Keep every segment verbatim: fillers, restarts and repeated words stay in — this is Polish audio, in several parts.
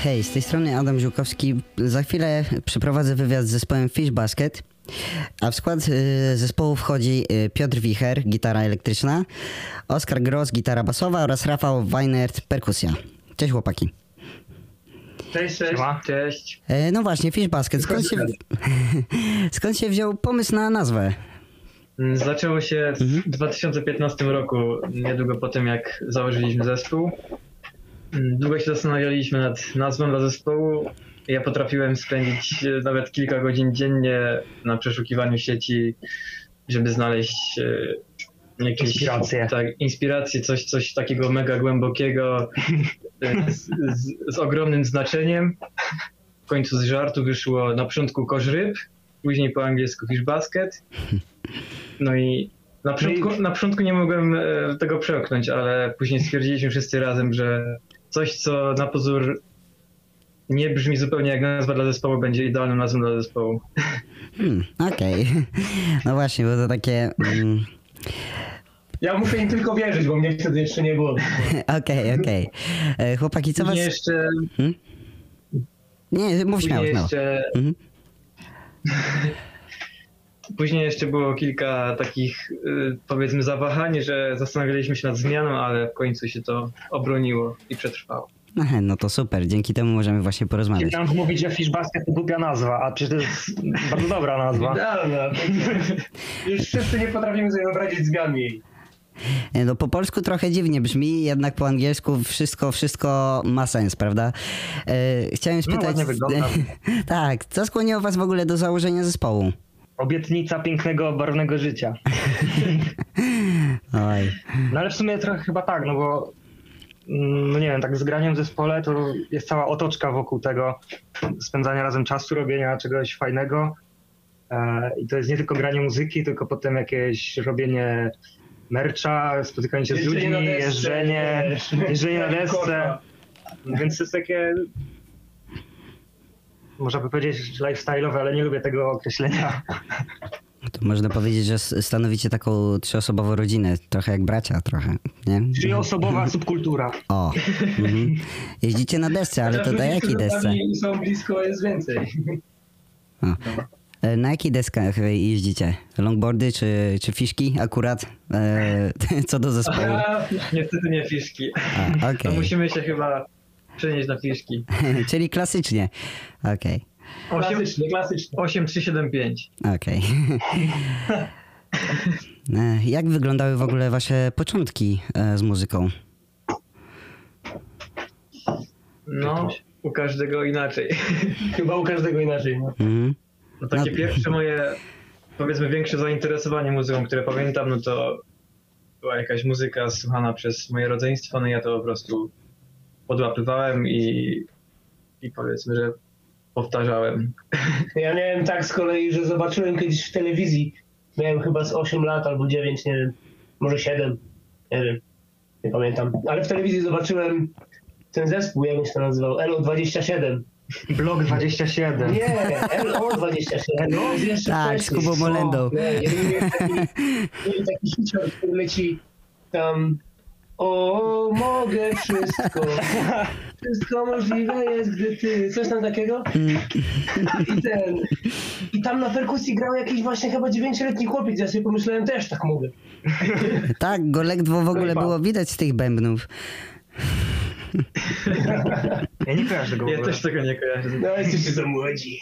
Hej, z tej strony Adam Ziółkowski. Za chwilę przeprowadzę wywiad z zespołem Fish Basket, a w skład y, zespołu wchodzi y, Piotr Wicher, gitara elektryczna, Oskar Gross, gitara basowa oraz Rafał Weinert, perkusja. Cześć chłopaki. Cześć, cześć. Cześć. E, no właśnie, Fish Basket. Skąd się, skąd się wziął pomysł na nazwę? Zaczęło się w mhm. dwa tysiące piętnastym roku, niedługo po tym jak założyliśmy zespół. Długo się zastanawialiśmy nad nazwą dla zespołu. Ja potrafiłem spędzić nawet kilka godzin dziennie na przeszukiwaniu sieci, żeby znaleźć jakieś inspiracje, tak, inspiracje coś, coś takiego mega głębokiego, z, z, z ogromnym znaczeniem. W końcu z żartu wyszło na początku kosz ryb, później po angielsku Fish Basket. No i na początku, na początku nie mogłem tego przełknąć, ale później stwierdziliśmy wszyscy razem, że coś, co na pozór nie brzmi zupełnie jak nazwa dla zespołu, będzie idealną nazwą dla zespołu. Hmm, Okej. Okay. No właśnie, bo to takie... Mm... Ja muszę im tylko wierzyć, bo mnie wtedy jeszcze nie było. Okej, okej. Okay. Chłopaki, co później was... jeszcze... Hmm? Nie, mów śmiało, śmiało. Jeszcze... Mhm. Później jeszcze było kilka takich, powiedzmy, zawahań, że zastanawialiśmy się nad zmianą, ale w końcu się to obroniło i przetrwało. Aha, no to super, dzięki temu możemy właśnie porozmawiać. Chciałem mówić, że Fish Basket to głupia nazwa, a przecież to jest bardzo dobra nazwa. Idealna. Już wszyscy nie potrafimy sobie wyobrazić zmian jej. No po polsku trochę dziwnie brzmi, jednak po angielsku wszystko, wszystko ma sens, prawda? E, chciałem spytać... No, wygląda. Tak, co skłoniło was w ogóle do założenia zespołu? Obietnica pięknego, barwnego życia. Oj. No ale w sumie trochę chyba tak, no bo no nie wiem, tak z graniem w zespole to jest cała otoczka wokół tego spędzania razem czasu, robienia czegoś fajnego. E, I to jest nie tylko granie muzyki, tylko potem jakieś robienie mercha, spotykanie się z ludźmi, desce, jeżdżenie, jeżdżenie na desce. Więc to jest takie... Można by powiedzieć lifestyle'owe, ale nie lubię tego określenia. To można powiedzieć, że stanowicie taką trzyosobową rodzinę, trochę jak bracia, trochę, nie? Trzyosobowa subkultura. O, mhm. Jeździcie na desce, ale to na jakiej desce? Są blisko, jest więcej. O. Na jakich deskach jeździcie? Longboardy czy, czy fiszki akurat? E, co do zespołu? Niestety nie fiszki. A, okay. To musimy się chyba przenieść na fiszki. Czyli klasycznie. Okej. Okay. Klasycznie, klasycznie. osiem trzy siedem pięć. Okej. Okay. Jak wyglądały w ogóle wasze początki z muzyką? No, u każdego inaczej. Chyba u każdego inaczej. No, mm. no takie no. Pierwsze moje, powiedzmy, większe zainteresowanie muzyką, które pamiętam, no to była jakaś muzyka słuchana przez moje rodzeństwo, no ja to po prostu podłapywałem i, i powiedzmy, że powtarzałem. Ja miałem tak z kolei, że zobaczyłem kiedyś w telewizji, miałem chyba z osiem lat albo dziewięć, nie wiem, może siedem, nie wiem, nie pamiętam, ale w telewizji zobaczyłem ten zespół, jak on się to nazywał, L O dwadzieścia siedem. Blok dwadzieścia siedem. Nie, L O dwadzieścia siedem. No, jeszcze tak, z Kubą Molendą. Mieli taki hicior, który leci tam... O, mogę wszystko. Wszystko możliwe jest, gdy ty... Coś tam takiego? I ten... I tam na perkusji grał jakiś właśnie chyba dziewięcioletni chłopiec. Ja sobie pomyślałem, też tak mogę. Tak, go ledwo w ogóle było widać z tych bębnów. Ja nie kojarzę tego. Ja też tego nie kojarzę. No, jesteście za młodzi.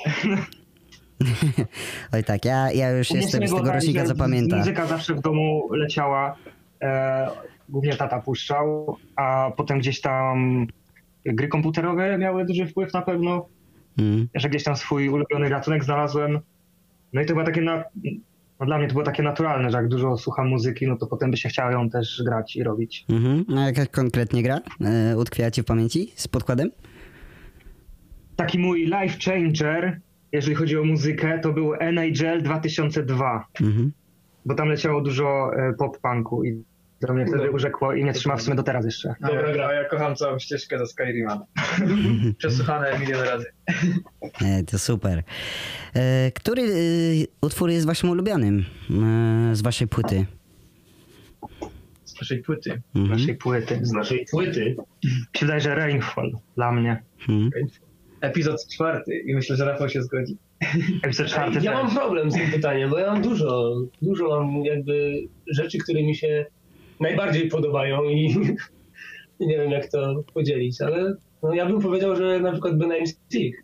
Oj tak, ja, ja już Nie jestem z tego rocznika, co pamięta. Muzyka zawsze w domu leciała. E, głównie tata puszczał, a potem gdzieś tam gry komputerowe miały duży wpływ na pewno, mm. że gdzieś tam swój ulubiony gatunek znalazłem. No i to było takie, na, no dla mnie to było takie naturalne, że jak dużo słucham muzyki, no to potem by się chciało ją też grać i robić. Mm-hmm. A jaka konkretnie gra e, utkwiła ci w pamięci z podkładem? Taki mój life changer, jeżeli chodzi o muzykę, to był N H L dwa tysiące dwa, mm-hmm. bo tam leciało dużo e, pop-punku i to mnie wtedy urzekło i mnie trzyma w sumie do teraz jeszcze. Dobra gra, ja kocham całą ścieżkę za Skyrima. Przesłuchane milion razy. E, to super. E, który e, utwór jest waszym ulubionym e, z waszej płyty? Z z naszej płyty. Z naszej płyty. Z naszej płyty. Mi się wydaje, że Rainfall dla mnie. Mhm. Epizod czwarty i myślę, że Rafał się zgodzi. Epizod czwarty Ja też. mam problem z tym pytaniem, bo ja mam dużo, dużo mam jakby rzeczy, które mi się najbardziej podobają i, i nie wiem jak to podzielić, ale no ja bym powiedział, że na przykład Benign Stick,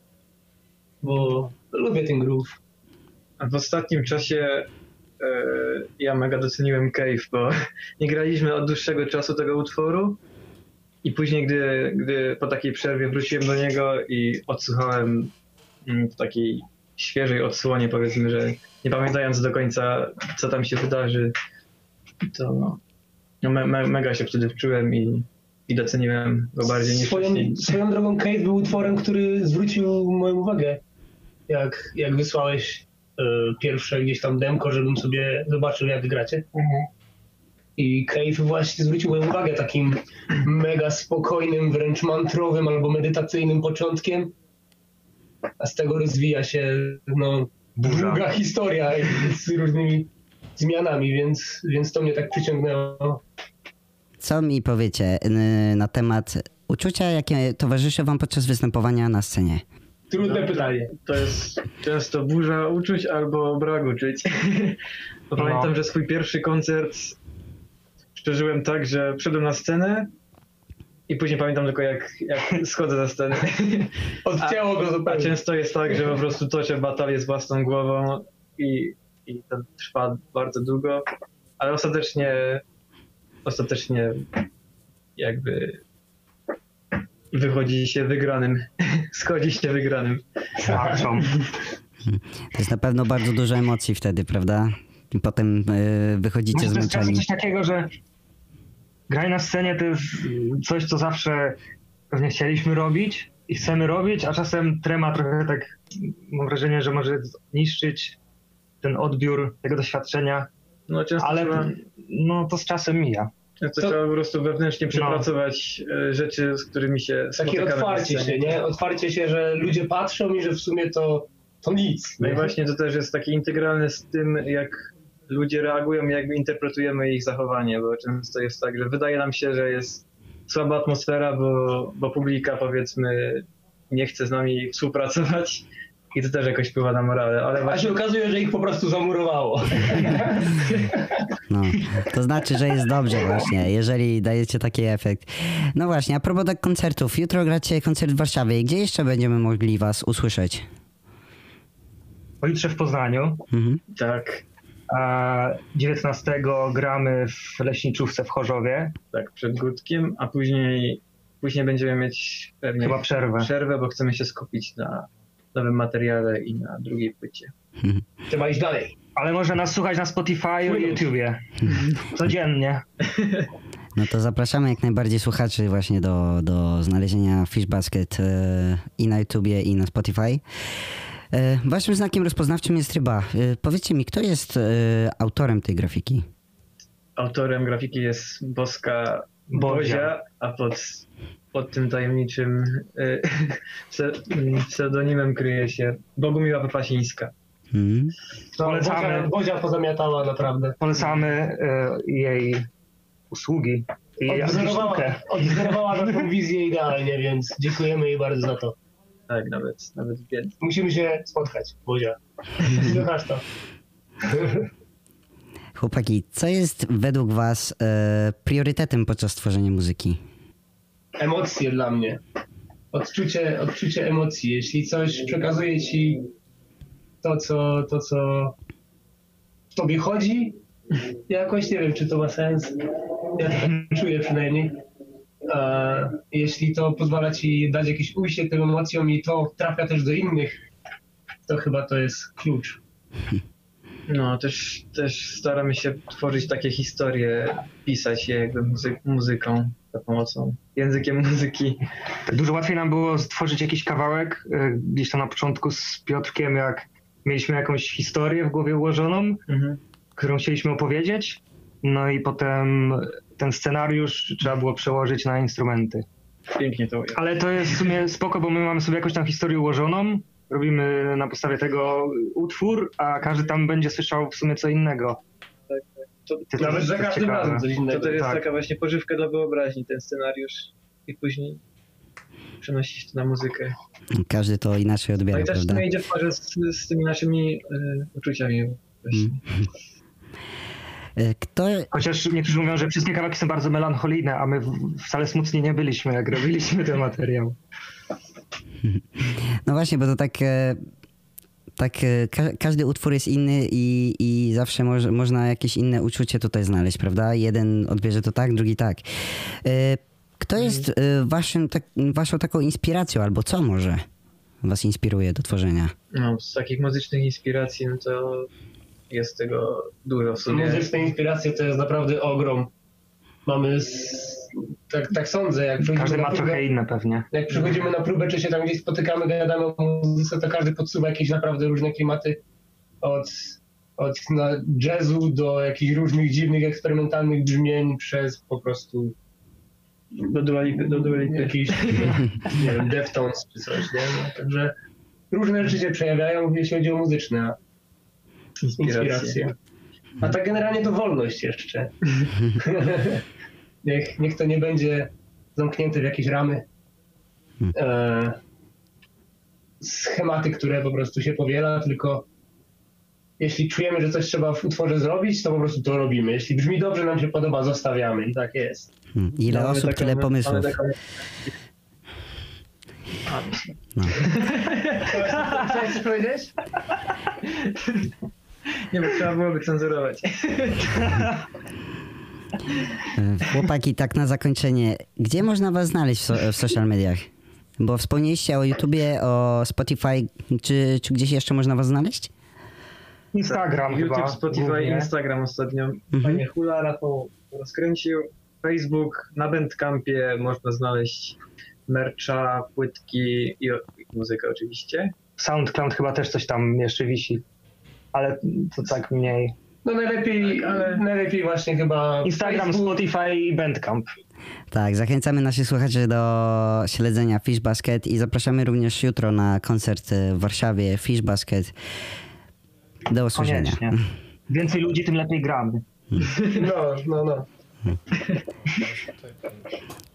bo lubię ten groove. A w ostatnim czasie e, ja mega doceniłem Cave, bo nie graliśmy od dłuższego czasu tego utworu i później, gdy, gdy po takiej przerwie wróciłem do niego i odsłuchałem mm, w takiej świeżej odsłonie, powiedzmy, że nie pamiętając do końca, co tam się wydarzy, to no, me, me, mega się wtedy wczułem i, i doceniłem go bardziej niż Swoją, wcześniej. swoją drogą Cave był utworem, który zwrócił moją uwagę, jak, jak wysłałeś e, pierwsze gdzieś tam demko, żebym sobie zobaczył jak gracie. I Cave właśnie zwrócił moją uwagę takim mega spokojnym, wręcz mantrowym albo medytacyjnym początkiem, a z tego rozwija się no, długa historia z różnymi zmianami, więc, więc to mnie tak przyciągnęło. Co mi powiecie y, na temat uczucia, jakie towarzyszy wam podczas występowania na scenie? Trudne pytanie. To jest często burza uczuć albo brak uczuć. Bo pamiętam, No. że swój pierwszy koncert przeżyłem tak, że wszedłem na scenę i później pamiętam tylko jak, jak schodzę za scenę. Odcięło go A zupełnie. często jest tak, że po prostu toczę batalię z własną głową i, i to trwa bardzo długo, ale ostatecznie ostatecznie jakby wychodzi się wygranym, schodzi się wygranym. Starczą. To jest na pewno bardzo dużo emocji wtedy, prawda? I potem y, wychodzicie Myślę, to jest czasem zmęczeni. coś takiego, że granie na scenie to jest coś, co zawsze pewnie chcieliśmy robić i chcemy robić, a czasem trema trochę tak, mam wrażenie, że może niszczyć ten odbiór tego doświadczenia, No często ale trzeba, no to z czasem mija. często To- trzeba po prostu wewnętrznie przepracować e, rzeczy, z którymi się Takie spotykamy na otwarcie scenie. się, nie? Otwarcie się, że ludzie patrzą i że w sumie to, to nic. No i nie? właśnie to też jest takie integralne z tym, jak ludzie reagują, jak my interpretujemy ich zachowanie, bo często jest tak, że wydaje nam się, że jest słaba atmosfera, bo, bo publika powiedzmy nie chce z nami współpracować i to też jakoś wpływa na morale, ale A właśnie się okazuje, że ich po prostu zamurowało. No, to znaczy, że jest dobrze właśnie, jeżeli dajecie taki efekt. No właśnie, a propos tak koncertów. Jutro gracie koncert w Warszawie. Gdzie jeszcze będziemy mogli was usłyszeć? Pojutrze w Poznaniu, Mhm. tak, a dziewiętnastego gramy w Leśniczówce w Chorzowie, tak przed Gutkiem, a później, później będziemy mieć pewnie chyba przerwę. przerwę, bo chcemy się skupić na nowym materiale i na drugiej płycie. Trzeba iść dalej. Ale można nas słuchać na Spotify i YouTubie. Codziennie. No to zapraszamy jak najbardziej słuchaczy właśnie do, do znalezienia Fish Basket e, i na YouTubie, i na Spotify. E, waszym znakiem rozpoznawczym jest ryba. E, powiedzcie mi, kto jest e, autorem tej grafiki? Autorem grafiki jest Boska Bozia. Bozia, a pod, pod tym tajemniczym y, pse- mm, pseudonimem kryje się Bogumiła Popasińska. Mhm. Polecamy. Bozia, Bozia pozamiatała naprawdę. Polecamy e, jej usługi i Odwzorowała, sztukę. odwzorowała naszą wizję idealnie, więc dziękujemy jej bardzo za to. Tak, nawet, nawet więcej. Musimy się spotkać, Bozia. Słuchasz to. Chłopaki, co jest według was e, priorytetem podczas tworzenia muzyki? Emocje dla mnie. Odczucie, odczucie emocji. Jeśli coś przekazuje ci to, co, to, co w tobie chodzi, jakoś nie wiem, czy to ma sens. Ja tak czuję przynajmniej. A jeśli to pozwala ci dać jakieś ujście tym emocjom i to trafia też do innych, to chyba to jest klucz. No, też, też staramy się tworzyć takie historie, pisać je jakby muzy- muzyką, za pomocą, językiem muzyki. Dużo łatwiej nam było stworzyć jakiś kawałek e, gdzieś tam na początku z Piotrkiem, jak mieliśmy jakąś historię w głowie ułożoną, Mhm. którą chcieliśmy opowiedzieć. No i potem ten scenariusz trzeba było przełożyć na instrumenty. Pięknie to ujęło. Ale to jest w sumie spoko, bo my mamy sobie jakąś tam historię ułożoną, robimy na podstawie tego utwór, a każdy tam będzie słyszał w sumie co innego. to, Ty to, Nawet za jest każdym ciekawe. razem coś to, innego. to jest tak. taka właśnie pożywka dla wyobraźni, ten scenariusz i później przenosić to na muzykę. Każdy to inaczej No odbiera, i też prawda? to idzie w parze z, z tymi naszymi y, uczuciami. Właśnie. Mm. E, Kto, Chociaż niektórzy mówią, że wszystkie kawałki są bardzo melancholijne, a my w- wcale smutni nie byliśmy, jak robiliśmy ten materiał. no właśnie, bo to tak, e, tak e, ka każdy utwór jest inny i, i zawsze moż, można jakieś inne uczucie tutaj znaleźć, prawda? Jeden odbierze to tak, drugi tak. E, Kto jest e, waszym, tak, waszą taką inspiracją, albo co może was inspiruje do tworzenia? No, z takich muzycznych inspiracji, no to jest tego dużo w sumie. Muzyczne inspiracje to jest naprawdę ogrom. Mamy, z, tak, tak sądzę, jak Każdy przychodzimy, ma na próbę, trochę inne pewnie. jak przychodzimy na próbę, czy się tam gdzieś spotykamy, gadamy o muzyce, to każdy podsuwa jakieś naprawdę różne klimaty. Od, od na jazzu do jakichś różnych dziwnych, eksperymentalnych brzmień, przez po prostu Do Dua Lipy, do Dua Lipy. jakiś, nie wiem, Deftones czy coś, nie? No, także różne rzeczy się przejawiają, jeśli chodzi o muzyczne inspiracje. A tak generalnie to wolność jeszcze. niech, niech to nie będzie zamknięte w jakieś ramy. E, schematy, które po prostu się powiela, tylko jeśli czujemy, że coś trzeba w utworze zrobić, to po prostu to robimy. Jeśli brzmi dobrze, nam się podoba, zostawiamy i tak jest. Hmm, Ile Mamy osób, taką- tyle mamy pomysłów. taką- A, myślę. No. Chciałeś coś powiedzieć? Nie, bo trzeba byłoby cenzurować. E, Chłopaki, tak na zakończenie, gdzie można was znaleźć w, so w social mediach? Bo wspomnieliście o YouTubie, o Spotify, czy, czy gdzieś jeszcze można was znaleźć? Instagram chyba. YouTube, Spotify, głównie. Instagram ostatnio. Mhm. Fajnie Hula, Rafał rozkręcił. Facebook, na Bandcampie można znaleźć mercha, płytki i, o- i muzykę oczywiście. SoundCloud chyba też coś tam jeszcze wisi. Ale to tak mniej. No najlepiej, ale najlepiej właśnie chyba Instagram, Facebook. Spotify i Bandcamp. Tak, zachęcamy naszych słuchaczy do śledzenia Fish Basket i zapraszamy również jutro na koncert w Warszawie Fish Basket. Do usłyszenia. Koniecznie. Więcej ludzi, tym lepiej gramy. No, no, no.